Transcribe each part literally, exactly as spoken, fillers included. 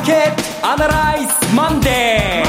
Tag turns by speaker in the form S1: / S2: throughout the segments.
S1: ーケットアナライズマンデ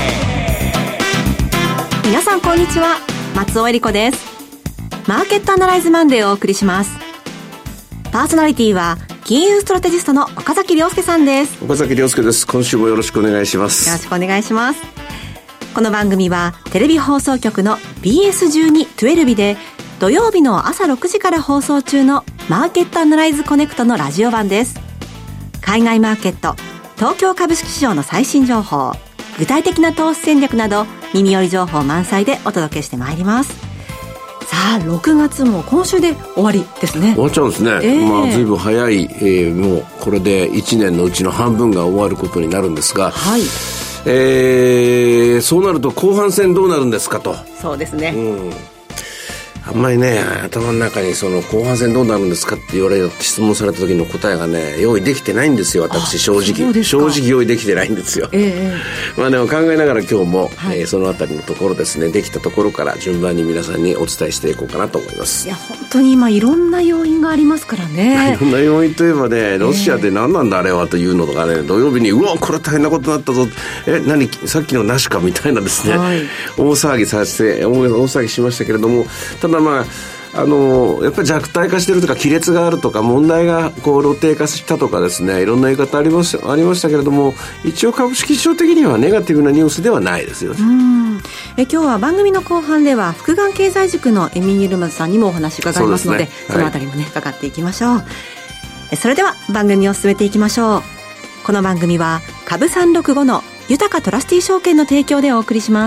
S2: ー。皆さんこんにちは、松尾恵理子です。マーケットアナライズマンデーをお送りします。パーソナリティは金融ストラテジストの岡崎亮介さんです。
S3: 岡崎亮介です。今週もよろしくお願いします。
S2: よろしくお願いします。この番組はテレビ放送局の ビーエスじゅうに じゅうに で土曜日の朝ろくじから放送中のマーケットアナライズコネクトのラジオ版です。海外マーケット、東京株式市場の最新情報、具体的な投資戦略など耳寄り情報満載でお届けしてまいります。さあろくがつも今週で終わりですね。
S3: 終わっちゃうんですね、えーまあ、随分早い、えー、もうこれでいちねんのうちの半分が終わることになるんですが、
S2: はい、
S3: えー、そうなると後半戦どうなるんですかと。
S2: そうですね、うん、
S3: あんまりね頭の中にその後半戦どうなるんですかって言われる質問された時の答えがね用意できてないんですよ。私正直正直用意できてないんですよ、えー、まあでも考えながら今日も、はい、えー、そのあたりのところですね、できたところから順番に皆さんにお伝えしていこうかなと思います。
S2: いや本当に今いろんな要因がありますからね。
S3: いろんな要因といえばね、ロシアで何なんだあれはというのとかね、土曜日にうわこれ大変なことになったぞ、え何さっきのなしかみたいなですね、はい、大騒ぎさせて大騒ぎしましたけれども、ただまああのやっぱり弱体化してるとか亀裂があるとか問題がこう露呈化したとかですね、いろんな言い方ありまし、ありましたけれども、一応株式市場的にはネガティブなニュースではないですよね。
S2: うん、え今日は番組の後半では福眼経済塾のエミニルマズさんにもお話伺いますので、 そ, で、ね、はい、そのあたりもね伺っていきましょう。えそれでは番組を進めていきましょう。この番組は株さんろくごの豊かトラスティ証券の提供でお送りします。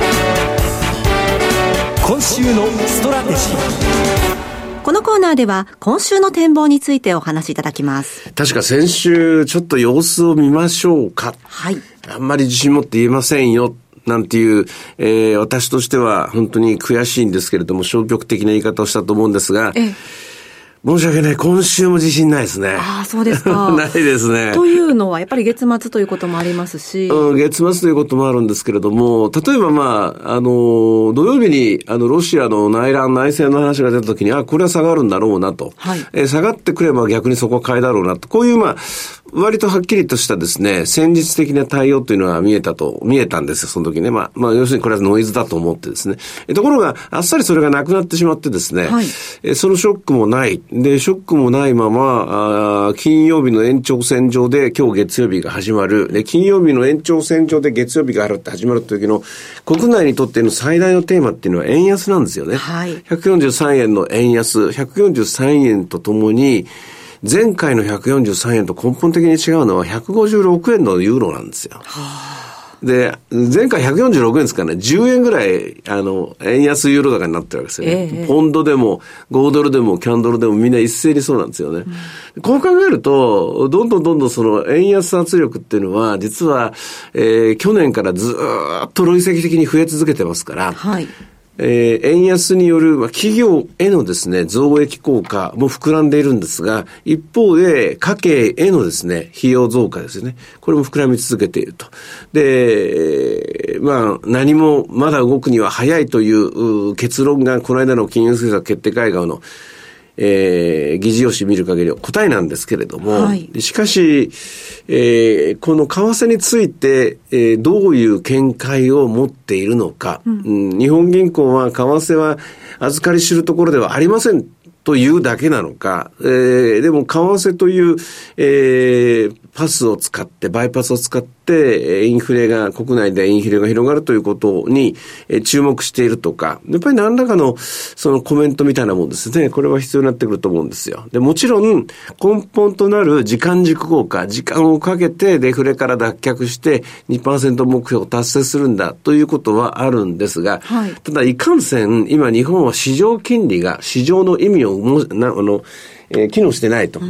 S1: 今週のストラテジー。
S2: このコーナーでは今週の展望についてお話しいただきます。
S3: 確か先週ちょっと様子を見ましょうか、はい、あんまり自信持って言えませんよなんていう、えー、私としては本当に悔しいんですけれども消極的な言い方をしたと思うんですが、ええ、申し訳ない、今週も自信ないですね。
S2: ああ、そうですか。
S3: ないですね。
S2: というのはやっぱり月末ということもありますし、
S3: うん、月末ということもあるんですけれども、例えばまああの土曜日にあのロシアの内乱内戦の話が出た時に、あこれは下がるんだろうなと、はい、えー、下がってくれば逆にそこは買いだろうなと、こういうまあ割とはっきりとしたですね戦術的な対応というのは見えたと見えたんですよ、その時ね。まあ、まあ要するにこれはノイズだと思ってですね、えところがあっさりそれがなくなってしまってですね、はい、えそのショックもないで、ショックもないままあ金曜日の延長線上で今日月曜日が始まるで、金曜日の延長線上で月曜日が始まるという時の国内にとっての最大のテーマっていうのは円安なんですよね、はい、ひゃくよんじゅうさんえんの円安、ひゃくよんじゅうさんえんとともに前回のひゃくよんじゅうさんえんと根本的に違うのはひゃくごじゅうろくえんのユーロなんですよ。はあ、で、前回ひゃくよんじゅうろくえんですからね、じゅうえんぐらい、あの、円安ユーロ高になってるわけですよね。えー、ポンドでも、ごドルでも、キャンドルでもみんな一斉にそうなんですよね。うん、こう考えると、どんどんどんどんその円安圧力っていうのは、実は、えー、去年からずーっと累積的に増え続けてますから、はい、えー、円安による、まあ、企業へのですね、増益効果も膨らんでいるんですが、一方で家計へのですね、費用増加ですね、これも膨らみ続けていると。で、まあ、何もまだ動くには早いという結論が、この間の金融政策決定会合のえー、議事要旨見る限りは答えなんですけれども、はい、しかし、えー、この為替について、えー、どういう見解を持っているのか、うんうん、日本銀行は為替は預かり知るところではありませんというだけなのか、えー、でも為替という、えー、パスを使ってバイパスを使ってインフレが国内でインフレが広がるということに注目しているとか、やっぱり何らかのそのコメントみたいなもんですね、これは必要になってくると思うんですよ。でもちろん根本となる時間軸効果、時間をかけてデフレから脱却して にパーセント 目標を達成するんだということはあるんですが、はい、ただいかんせん今日本は市場金利が市場の意味をもなあのえー、機能してないと、うん、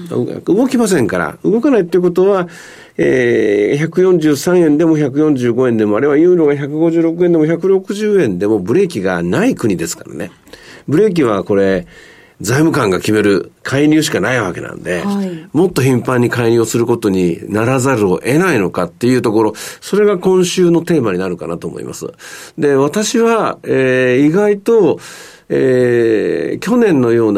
S3: 動きませんから、動かないということは、えー、ひゃくよんじゅうさんえんでもひゃくよんじゅうごえんでも、あるいはユーロがひゃくごじゅうろくえんでもひゃくろくじゅうえんでもブレーキがない国ですからね。ブレーキはこれ財務官が決める介入しかないわけなんで、はい、もっと頻繁に介入をすることにならざるを得ないのかっていうところ、それが今週のテーマになるかなと思います。で、私は、えー、意外と、えー、去年のような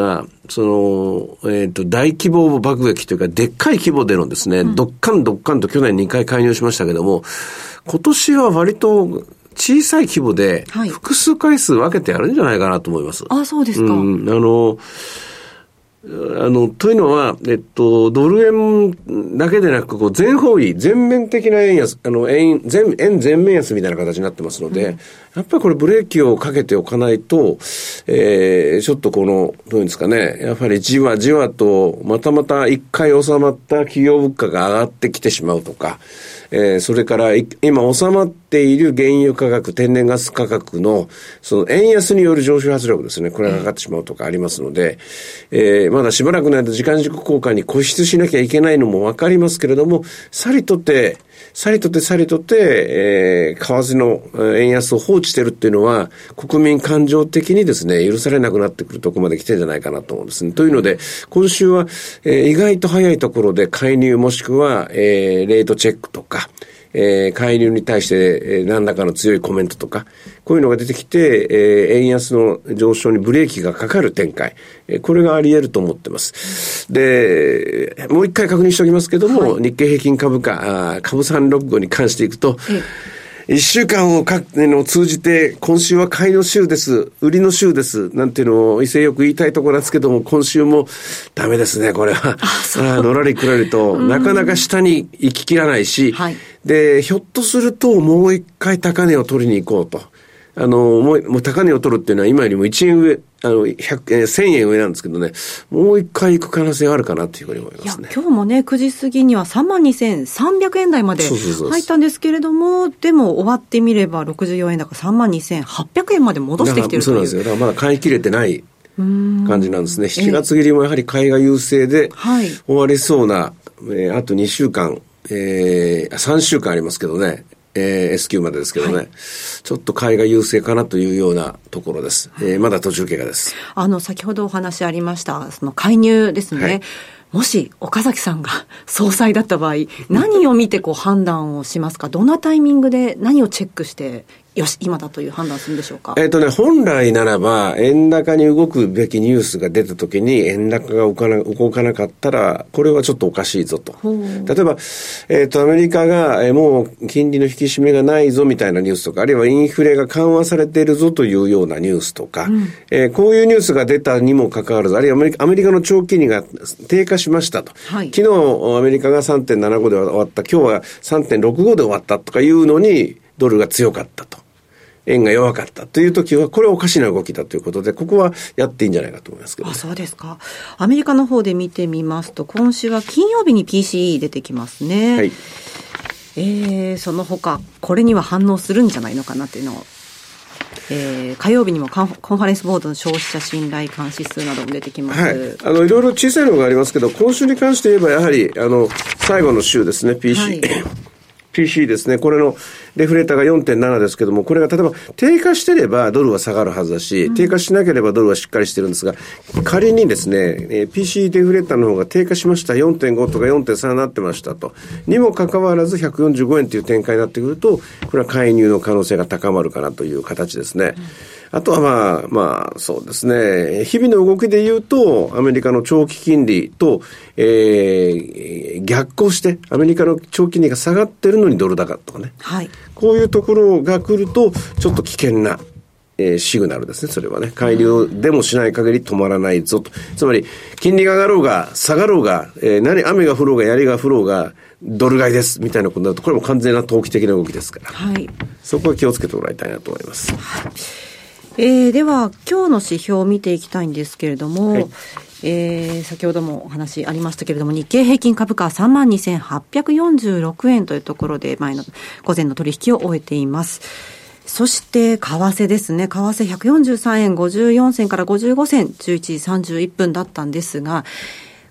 S3: その、えっと、大規模爆撃というか、でっかい規模でのですね、うん、どっかんどっかんと去年にかい介入しましたけども、今年は割と小さい規模で、複数回数分けてやるんじゃないかなと思います。
S2: はい、あ、そうですか。
S3: うん、あの、あの、というのは、えっと、ドル円だけでなく、こう、全方位、全面的な円安、あの、円、全、円全面安みたいな形になってますので、うん、やっぱりこれブレーキをかけておかないと、えー、ちょっとこの、どういうんですかね、やっぱりじわじわと、またまた一回収まった企業物価が上がってきてしまうとか、えー、それから今収まっている原油価格、天然ガス価格のその円安による上昇圧力ですね、これがかかってしまうとかありますので、えー、まだしばらくの間時間軸交換に固執しなきゃいけないのもわかりますけれども、さりとてさりとてさりとて、えー、為替の円安を放置してるっていうのは国民感情的にですね許されなくなってくるところまで来てるんじゃないかなと思うんですね。というので今週は、えー、意外と早いところで介入もしくは、えー、レートチェックとかえー、介入に対して、えー、何らかの強いコメントとかこういうのが出てきて、えー、円安の上昇にブレーキがかかる展開、えー、これがあり得ると思ってます。でもう一回確認しておきますけども、はい、日経平均株価あ株さんびゃくろくじゅうごに関していくと、うん一週間をかの通じて今週は買いの週です、売りの週ですなんていうのを威勢よく言いたいところなんですけども、今週もダメですねこれは。あのらりくらりとなかなか下に行ききらないし、はい、でひょっとするともう一回高値を取りに行こうと。あのもう、もう高値を取るっていうのは今よりもいちえん上、あの、ひゃく、えー、せんえん上なんですけどね、もう一回行く可能性があるかなというふうに思いますね。
S2: いや、今日もね、くじ過ぎには さんまんにせんさんびゃくえん台まで入ったんですけれども、でも終わってみればろくじゅうよんえん高 さんまんにせんはっぴゃくえんまで戻してきてるという。
S3: そうなんですよ。だからまだ買い切れてない感じなんですね。しちがつ切りもやはり買いが優勢で終わりそうな、えー、あとにしゅうかん、えー、さんしゅうかんありますけどね。えー、S q までですけどね、はい、ちょっと買いが優勢かなというようなところです、はいえー、まだ途中経過です。
S2: あの先ほどお話ありましたその介入ですね、はい、もし岡崎さんが総裁だった場合何を見てこう判断をしますか。どんなタイミングで何をチェックしてよし今だという判断するんでしょうか。
S3: えっとね本来ならば円高に動くべきニュースが出た時に円高が動かな、動かなかったらこれはちょっとおかしいぞと。例えば、えっとアメリカがえもう金利の引き締めがないぞみたいなニュースとかあるいはインフレが緩和されているぞというようなニュースとか、うんえー、こういうニュースが出たにもかかわらずあるいはアメリカ、アメリカの長期金利が低下しましたと、はい、昨日アメリカが さんてんななご で終わった今日は さんてんろくご で終わったとかいうのにドルが強かったと円が弱かったという時はこれはおかしな動きだということでここはやっていいんじゃないかと思いますけど、ね、
S2: あそうですか。アメリカの方で見てみますと今週は金曜日に ピーシーイー 出てきますね、はいえー、その他これには反応するんじゃないのかなっていうのを、えー、火曜日にもコンファレンスボードの消費者信頼感指数なども出てきます、
S3: はい、あのいろいろ小さいのがありますけど今週に関して言えばやはりあの最後の週ですね ピーシー、はいピーシー ですね。これのレフレーターが よんてんなな ですけども、これが例えば低下してればドルは下がるはずだし、うん、低下しなければドルはしっかりしてるんですが、仮にですね、えー、ピーシー デフレーターの方が低下しました。よんてんご とか よんてんさん になってましたと。にもかかわらずひゃくよんじゅうごえんという展開になってくると、これは介入の可能性が高まるかなという形ですね。うんあとはまあ、まあ、そうですね。日々の動きで言うと、アメリカの長期金利と、えー、逆行して、アメリカの長期金利が下がってるのにドル高とかね。はい。こういうところが来ると、ちょっと危険な、えー、シグナルですね。それはね。介入でもしない限り止まらないぞと。つまり、金利が上がろうが、下がろうが、えー、何、雨が降ろうが、槍が降ろうが、ドル買いです。みたいなことになると、これも完全な投機的な動きですから。はい。そこは気をつけてもらいたいなと思います。はい
S2: えー、では今日の指標を見ていきたいんですけれども、はいえー、先ほどもお話ありましたけれども日経平均株価は さんまんにせんはっぴゃくよんじゅうろくえんというところで前の午前の取引を終えています。そして為替ですね。為替ひゃくよんじゅうさんえんごじゅうよんせんからごじゅうごせんじゅういちじさんじゅういっぷんだったんですが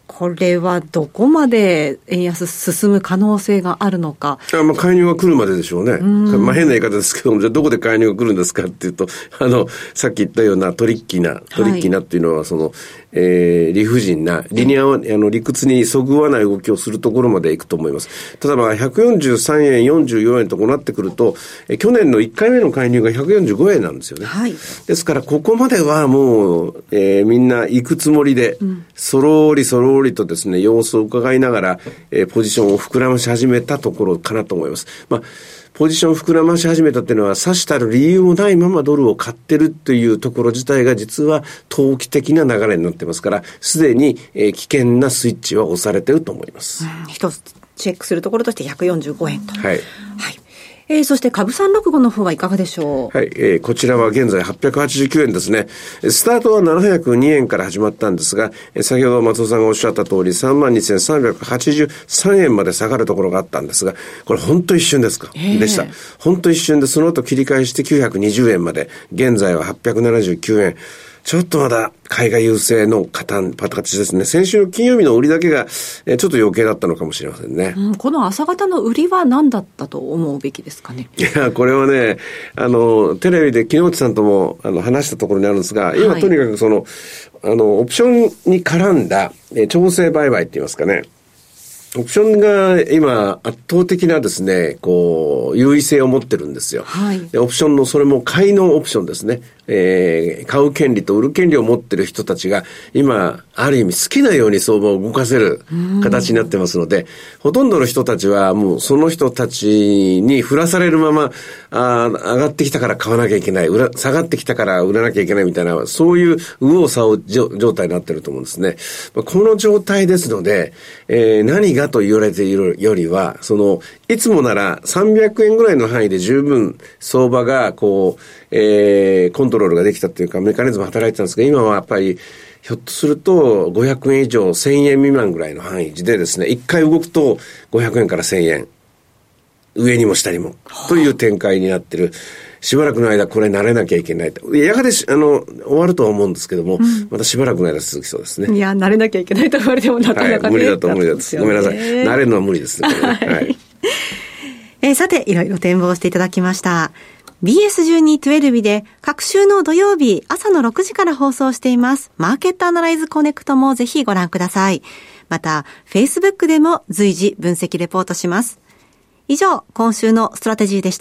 S2: これはどこまで円安進む可能性があるのか。
S3: あ、まあ、介入が来るまででしょうね。まあ、変な言い方ですけども、じゃあどこで介入が来るんですかっていうと、あの、さっき言ったようなトリッキーな、トリッキーなっていうのは、その、はい、えー、理不尽な、理に合わ、あの、理屈にそぐわない動きをするところまで行くと思います。ただまあ、ひゃくよんじゅうさんえん、よんじゅうよえんとこうなってくると、え去年のいっかいめの介入がひゃくよんじゅうごえんなんですよね。はい。ですから、ここまではもう、えー、みんな行くつもりで、うん、そろりそろりとですね、様子を伺いながら、えー、ポジションを膨らまし始めたところかなと思います。まあ、ポジションを膨らまし始めたっていうのは、さしたる理由もないままドルを買ってるというところ自体が実は投機的な流れになってますから、すでに、えー、危険なスイッチは押されてると思います。
S2: うん、一つチェックするところとしてひゃくよんじゅうごえんと。はい。はい。えー、そして株さんろくごの方はいかがでしょう。
S3: はい、えー、こちらは現在はっぴゃくはちじゅうきゅうえんですね。スタートはななひゃくにえんから始まったんですが、先ほど松尾さんがおっしゃった通り さんまんにせんさんびゃくはちじゅうさんえんまで下がるところがあったんですが、これ本当一瞬ですか、えー、でした。本当一瞬で、その後切り返してきゅうひゃくにじゅうえんまで、現在ははっぴゃくななじゅうきゅうえん。ちょっとまだ海外優勢の形ですね。先週の金曜日の売りだけがちょっと余計だったのかもしれませんね。
S2: うん、この朝方の売りは何だったと思うべきですかね。
S3: いや、これはね、あの、テレビで木之内さんともあの話したところにあるんですが、今、はい、とにかくその、あの、オプションに絡んだえ調整売買って言いますかね。オプションが今圧倒的なですね、こう、優位性を持ってるんですよ。はい。で、オプションの、それも買いのオプションですね。えー、買う権利と売る権利を持ってる人たちが、今、ある意味好きなように相場を動かせる形になってますので、ほとんどの人たちはもうその人たちに振らされるまま、あ上がってきたから買わなきゃいけない、売ら、下がってきたから売らなきゃいけないみたいな、そういう右往左往状態になってると思うんですね。この状態ですので、えー、何がと言われているよりは、その、いつもならさんびゃくえんぐらいの範囲で十分相場が、こう、えー、コントロールができたというか、メカニズム働いてたんですが、今はやっぱり、ひょっとするとごひゃくえん以上せんえん未満ぐらいの範囲でですね、一回動くとごひゃくえんからせんえん、上にも下にも、という展開になってる。しばらくの間これ慣れなきゃいけないと。やがてあの、終わるとは思うんですけども、うん、またしばらくの間続きそうですね。
S2: いや、慣れなきゃいけないと言われてもなかなか、ね、
S3: はい、無理だと無理だと。ごめんなさい。慣れるのは無理ですね。はい。はい、
S2: えー、さて、いろいろ展望していただきました。ビーエスじゅうにじゅうに で各週の土曜日朝のろくじから放送していますマーケットアナライズコネクトもぜひご覧ください。また Facebook でも随時分析レポートします。以上、今週のストラテジーでした。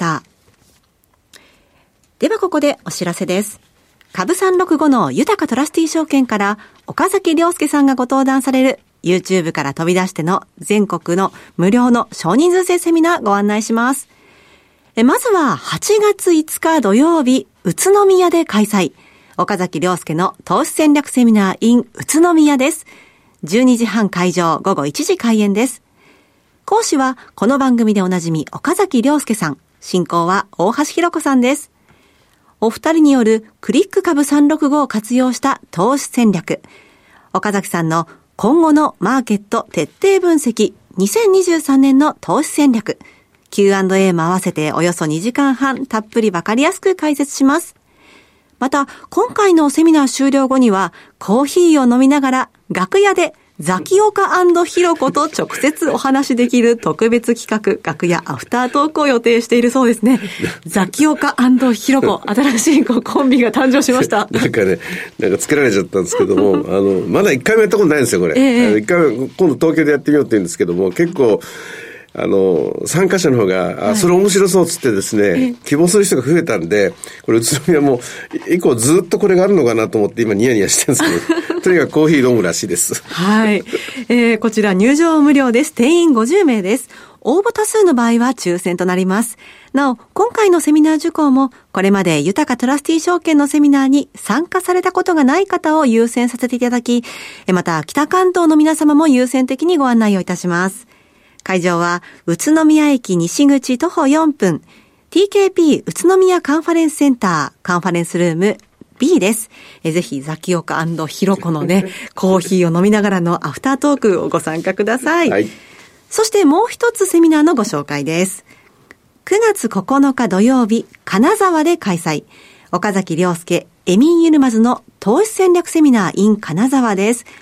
S2: ではここでお知らせです。株さんろくごの豊かトラスティ証券から岡崎亮介さんがご登壇される YouTube から飛び出しての全国の無料の少人数制セミナーご案内します。まずははちがついつか土曜日、宇都宮で開催。岡崎亮介の投資戦略セミナー in 宇都宮です。じゅうにじはん会場、午後いちじ開演です。講師はこの番組でおなじみ岡崎亮介さん。進行は大橋ひろ子さんです。お二人によるクリック株さんろくごを活用した投資戦略。岡崎さんの今後のマーケット徹底分析、にせんにじゅうさんねんの投資戦略。キューアンドエー も合わせておよそにじかんはんたっぷりわかりやすく解説します。また、今回のセミナー終了後には、コーヒーを飲みながら楽屋でザキオカ&ヒロコと直接お話できる特別企画、楽屋アフタートークを予定しているそうですね。ザキオカ&ヒロコ、新しいコンビが誕生しました。
S3: なんかね、なんか作られちゃったんですけども、あの、まだ一回もやったことないんですよ、これ。ええ、一回目、今度東京でやってみようって言うんですけども、結構、あの、参加者の方が、はい、あ、それ面白そうっつってですね、希望する人が増えたんで、これ宇都宮も、以降ずっとこれがあるのかなと思って今ニヤニヤしてるんですけど、とにかくコーヒー飲むらしいです。
S2: はい。えー、こちら入場無料です。定員ごじゅうめいです。応募多数の場合は抽選となります。なお、今回のセミナー受講も、これまで豊かトラスティ証券のセミナーに参加されたことがない方を優先させていただき、また北関東の皆様も優先的にご案内をいたします。会場は宇都宮駅西口徒歩よんぷん ティーケーピー 宇都宮カンファレンスセンターカンファレンスルーム B です。えぜひザキオカ&ヒロコのねコーヒーを飲みながらのアフタートークをご参加ください、はい、そしてもう一つセミナーのご紹介です。くがつここのか土曜日金沢で開催。岡崎亮介エミンユルマズの投資戦略セミナー in 金沢です。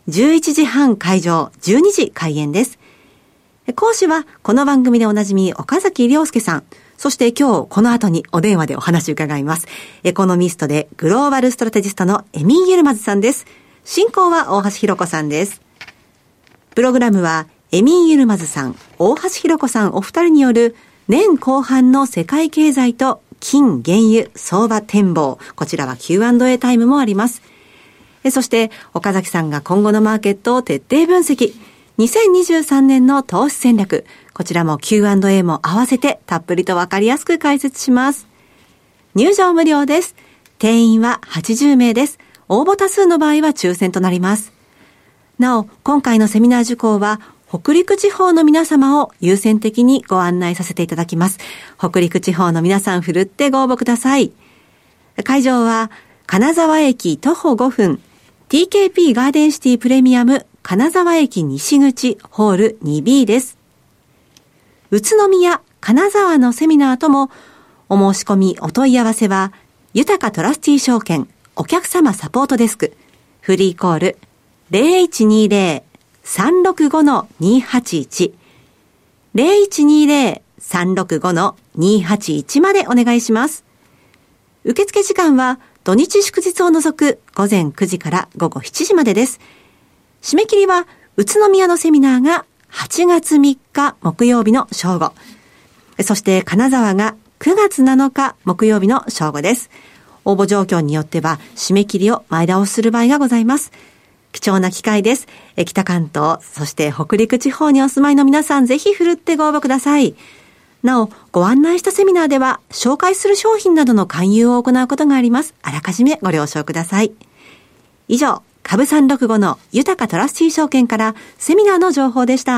S2: じゅういちじはん会場、じゅうにじ開演です。講師はこの番組でおなじみ岡崎亮介さん、そして今日この後にお電話でお話伺います。エコノミストでグローバルストラテジストのエミン・ユルマズさんです。進行は大橋ひろ子さんです。プログラムはエミン・ユルマズさん、大橋ひろ子さんお二人による年後半の世界経済と金原油相場展望、こちらは キューアンドエー タイムもあります。そして岡崎さんが今後のマーケットを徹底分析、にせんにじゅうさんねんの投資戦略、こちらも キューアンドエー も合わせてたっぷりとわかりやすく解説します。入場無料です。定員ははちじゅうめいです。応募多数の場合は抽選となります。なお、今回のセミナー受講は北陸地方の皆様を優先的にご案内させていただきます。北陸地方の皆さんふるってご応募ください。会場は金沢駅徒歩ごふん ティーケーピー ガーデンシティプレミアム金沢駅西口ホール にビー です。宇都宮、金沢のセミナーともお申し込みお問い合わせは豊かトラスティ証券お客様サポートデスクフリーコール ゼロいちにゼロ さんろくご にはちいち ゼロいちにゼロ さんろくご にはちいち までお願いします。受付時間は土日祝日を除く午前くじから午後しちじまでです。締め切りは宇都宮のセミナーがはちがつみっか木曜日の正午。そして金沢がくがつなのか木曜日の正午です。応募状況によっては締め切りを前倒しする場合がございます。貴重な機会です。北関東、そして北陸地方にお住まいの皆さんぜひふるってご応募ください。なお、ご案内したセミナーでは紹介する商品などの勧誘を行うことがあります。あらかじめご了承ください。以上、株さんろくごの豊かトラスティ証券からセミナーの情報でした。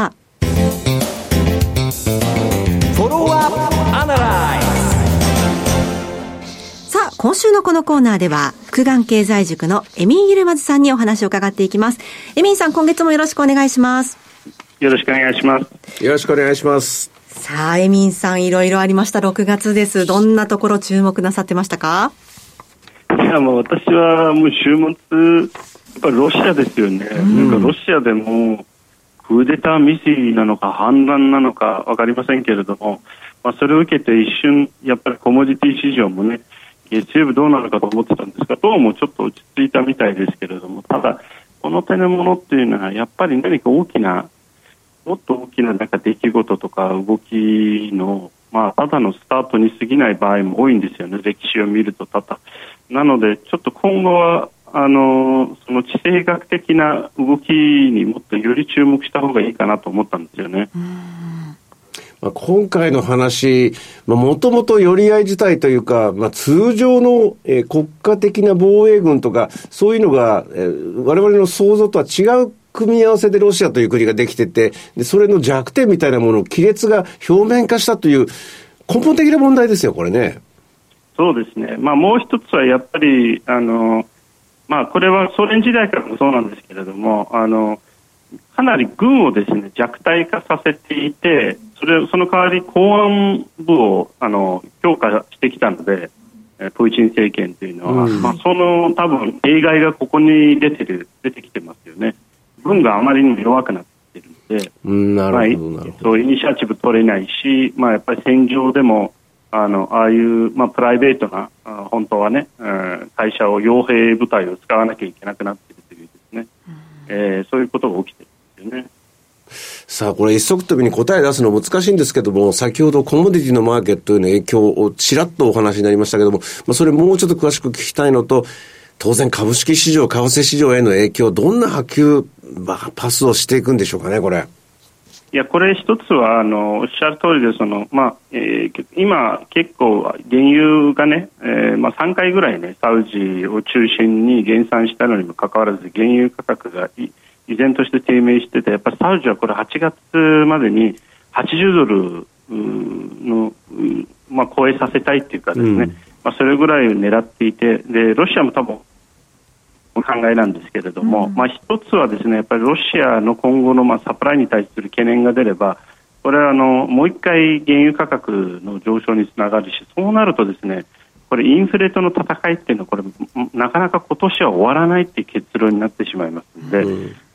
S1: フォローアップアナライズ。
S2: さあ、今週のこのコーナーでは福眼経済塾のエミン・ユルマズさんにお話を伺っていきます。エミンさん、今月もよろしくお願いします。
S4: よろしくお願いします。
S3: よろしくお願いします。
S2: さあ、エミンさん、いろいろありましたろくがつです。どんなところ注目なさってましたか？
S4: いや、もう私はもう週末やっぱりロシアですよね、うん、なんかロシアでもクーデター未遂なのか反乱なのか分かりませんけれども、まあ、それを受けて一瞬やっぱりコモディティ市場もね月曜日どうなるかと思ってたんですが、どうもちょっと落ち着いたみたいですけれども、ただこの手のものっていうのはやっぱり何か大きなもっと大きななんか出来事とか動きの、まあ、ただのスタートに過ぎない場合も多いんですよね、歴史を見ると。ただなのでちょっと今後はあのその地政学的な動きにもっとより注目した方がいいかなと思ったんですよね。
S3: うん、まあ、今回の話、もともと寄り合い自体というか、まあ、通常の、えー、国家的な防衛軍とかそういうのが、えー、我々の想像とは違う組み合わせでロシアという国ができてて、でそれの弱点みたいなもの、亀裂が表面化したという根本的な問題ですよ、これね。
S4: そうですね、まあ、もう一つはやっぱりあの、まあ、これはソ連時代からもそうなんですけれども、あのかなり軍をですね弱体化させていて、それその代わり公安部をあの強化してきたので、プーチン政権というのは、うん、まあ、その多分弊害がここに出てる出てきてますよね。軍があまりにも弱くなっているので、
S3: うん、なるほど、なるほど。
S4: そうイニシアチブ取れないし、まあ、やっぱり戦場でもあのああいう、まあ、プライベートなあ本当はね、うん、会社を傭兵部隊を使わなきゃいけなくなっているというですね、うん、えー、そういうことが起きているんですよね。
S3: さあ、これ一足飛びに答え出すの難しいんですけども、先ほどコモディティのマーケットへの影響をちらっとお話になりましたけども、まあ、それもうちょっと詳しく聞きたいのと、当然株式市場、為替市場への影響、どんな波及、まあ、パスをしていくんでしょうかね、これ。
S4: いや、これ一つはあのおっしゃる通りで、その、まあえー、今結構原油がね、えーまあ、さんかいぐらいねサウジを中心に減産したのにもかかわらず原油価格が依然として低迷してて、やっぱりサウジはこれはちがつまでにはちじゅうドルの、まあ、超えさせたいっていうかですね、うん、まあ、それぐらいを狙っていて、でロシアも多分考えなんですけれども、うん、まあ、一つはですね、やっぱりロシアの今後のまあサプライに対する懸念が出れば、これはあのもう一回原油価格の上昇につながるし、そうなるとですね、これインフレとの戦いっていうのはこれなかなか今年は終わらないっていう結論になってしまいますので、うん、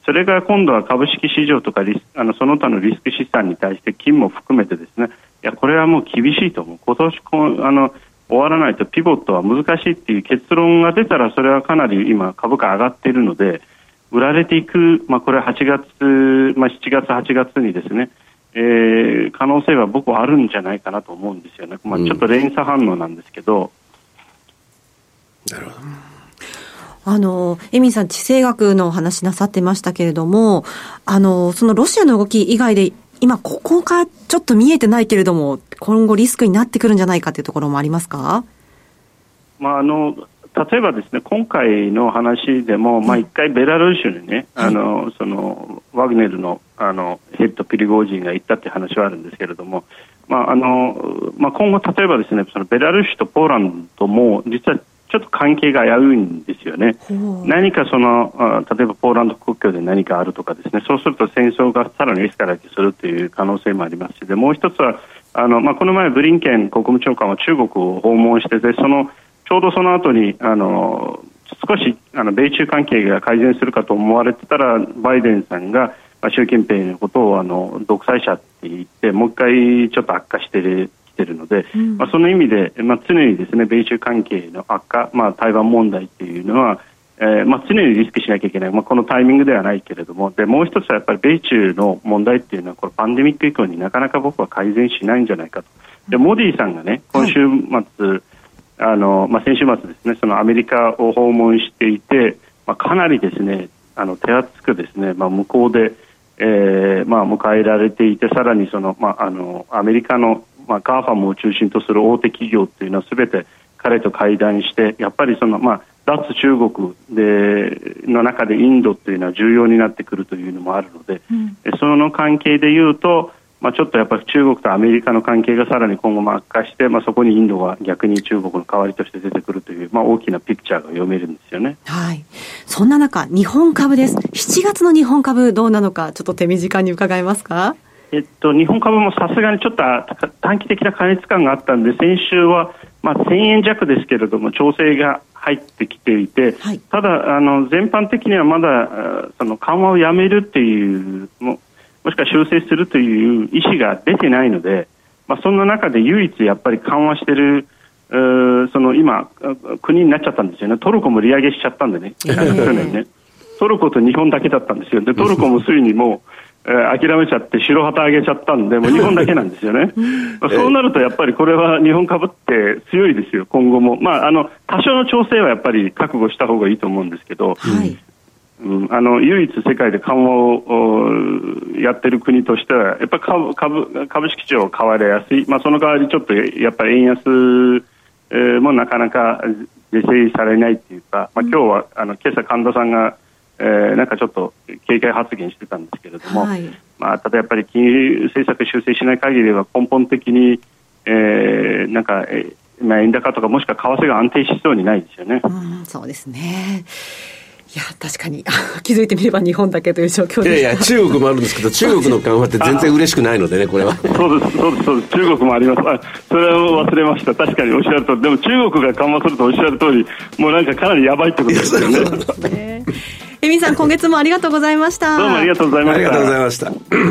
S4: それが今度は株式市場とかリスあのその他のリスク資産に対して金も含めてですね、いやこれはもう厳しいと思う、今年こあの終わらないとピボットは難しいっていう結論が出たら、それはかなり今株価上がっているので売られていく、まあ、これははちがつ、まあ、しちがつはちがつにですね、えー、可能性は僕はあるんじゃないかなと思うんですよね、まあ、ちょっと連鎖反応なんですけど、
S3: うん、なるほど。
S2: あのエミンさん、地政学のお話なさってましたけれども、あのそのロシアの動き以外で今ここがちょっと見えてないけれども今後リスクになってくるんじゃないかというところもありますか？
S4: まあ、あの例えばですね、今回の話でも、まあ、一回ベラルーシにね、はい、あのそのワグネルのあのヘッドプリゴージンが行ったっていう話はあるんですけれども、まああのまあ、今後例えばですね、そのベラルーシとポーランドも実はちょっと関係が危ういんですよね。何かその例えばポーランド国境で何かあるとかですね、そうすると戦争がさらにエスカレートするという可能性もありますし、でもう一つはあの、まあ、この前ブリンケン国務長官は中国を訪問してて、そのちょうどその後にあの少しあの米中関係が改善するかと思われてたら、バイデンさんが、まあ、習近平のことをあの独裁者って言ってもう一回ちょっと悪化してるているので、うん、まあ、その意味で、まあ、常にですね米中関係の悪化、まあ、台湾問題っていうのは、えーまあ、常にリスクしなきゃいけない、まあ、このタイミングではないけれども、でもう一つはやっぱり米中の問題っていうのはこれパンデミック以降になかなか僕は改善しないんじゃないかと。でモディさんがね今週末、はい、あのまあ、先週末ですね、そのアメリカを訪問していて、まあ、かなりですねあの手厚くですね、まあ、向こうで、えーまあ、迎えられていて、さらにその、まあ、あのアメリカのまあ、ガーファムを中心とする大手企業というのはすべて彼と会談して、やっぱりその、まあ、脱中国での中でインドというのは重要になってくるというのもあるので、うん、その関係でいうと、まあ、ちょっとやっぱり中国とアメリカの関係がさらに今後も悪化して、まあ、そこにインドが逆に中国の代わりとして出てくるという、まあ、大きなピクチャーが読めるんですよね。
S2: はい。そんな中、日本株です。しちがつの日本株どうなのか、ちょっと手短に伺えますか？
S4: えっと、日本株もさすがにちょっと短期的な過熱感があったんで、先週は、まあ、せんえん弱ですけれども調整が入ってきていて、はい、ただあの全般的にはまだその緩和をやめるっていうも、もしくは修正するという意思が出てないので、まあ、そんな中で唯一やっぱり緩和しているその今国になっちゃったんですよね。トルコも利上げしちゃったんでね、去年ねトルコと日本だけだったんですよ。でトルコもついにもうえー、諦めちゃって白旗上げちゃったんで、もう日本だけなんですよねまあそうなるとやっぱりこれは日本株って強いですよ、今後も。まあ、あの多少の調整はやっぱり覚悟した方がいいと思うんですけど、はい、うん、あの唯一世界で緩和をやってる国としてはやっぱり 株, 株, 株式市場変わりやすい、まあ、その代わりちょっとやっぱり円安、えー、もなかなか是正されないっていうか、まあ、今日はあの今朝神田さんがえー、なんかちょっと警戒発言してたんですけれども、はい、まあ、ただやっぱり金融政策修正しない限りは根本的に、えー、なんか、えーまあ、円高とかもしくは為替が安定しそうにないですよね。
S2: うん、そうですね。いや確かに気づいてみれば日本だけという状況でした。いやい
S3: や中国もあるんですけど中国の緩和って全然嬉しくないのでね、これは。
S4: そうですそうですそうです、中国もあります。あ、それは忘れました。確かにおっしゃるとおり、でも中国が緩和するとおっしゃる通り、もうなんかかなりやばいってことですよね。そうですね。
S2: エミさん、今月もありがとうございました。
S4: どうもありがとうございました。
S3: ありがとうございました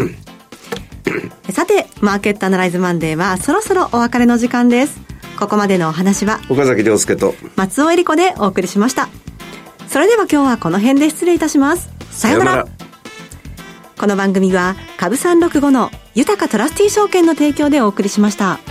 S2: さて、マーケットアナライズマンデーはそろそろお別れの時間です。ここまでのお話は
S3: 岡崎亮介と
S2: 松尾恵理子でお送りしました。それでは今日はこの辺で失礼いたします。さようなら。この番組は株さんろくごの豊かトラスティ証券の提供でお送りしました。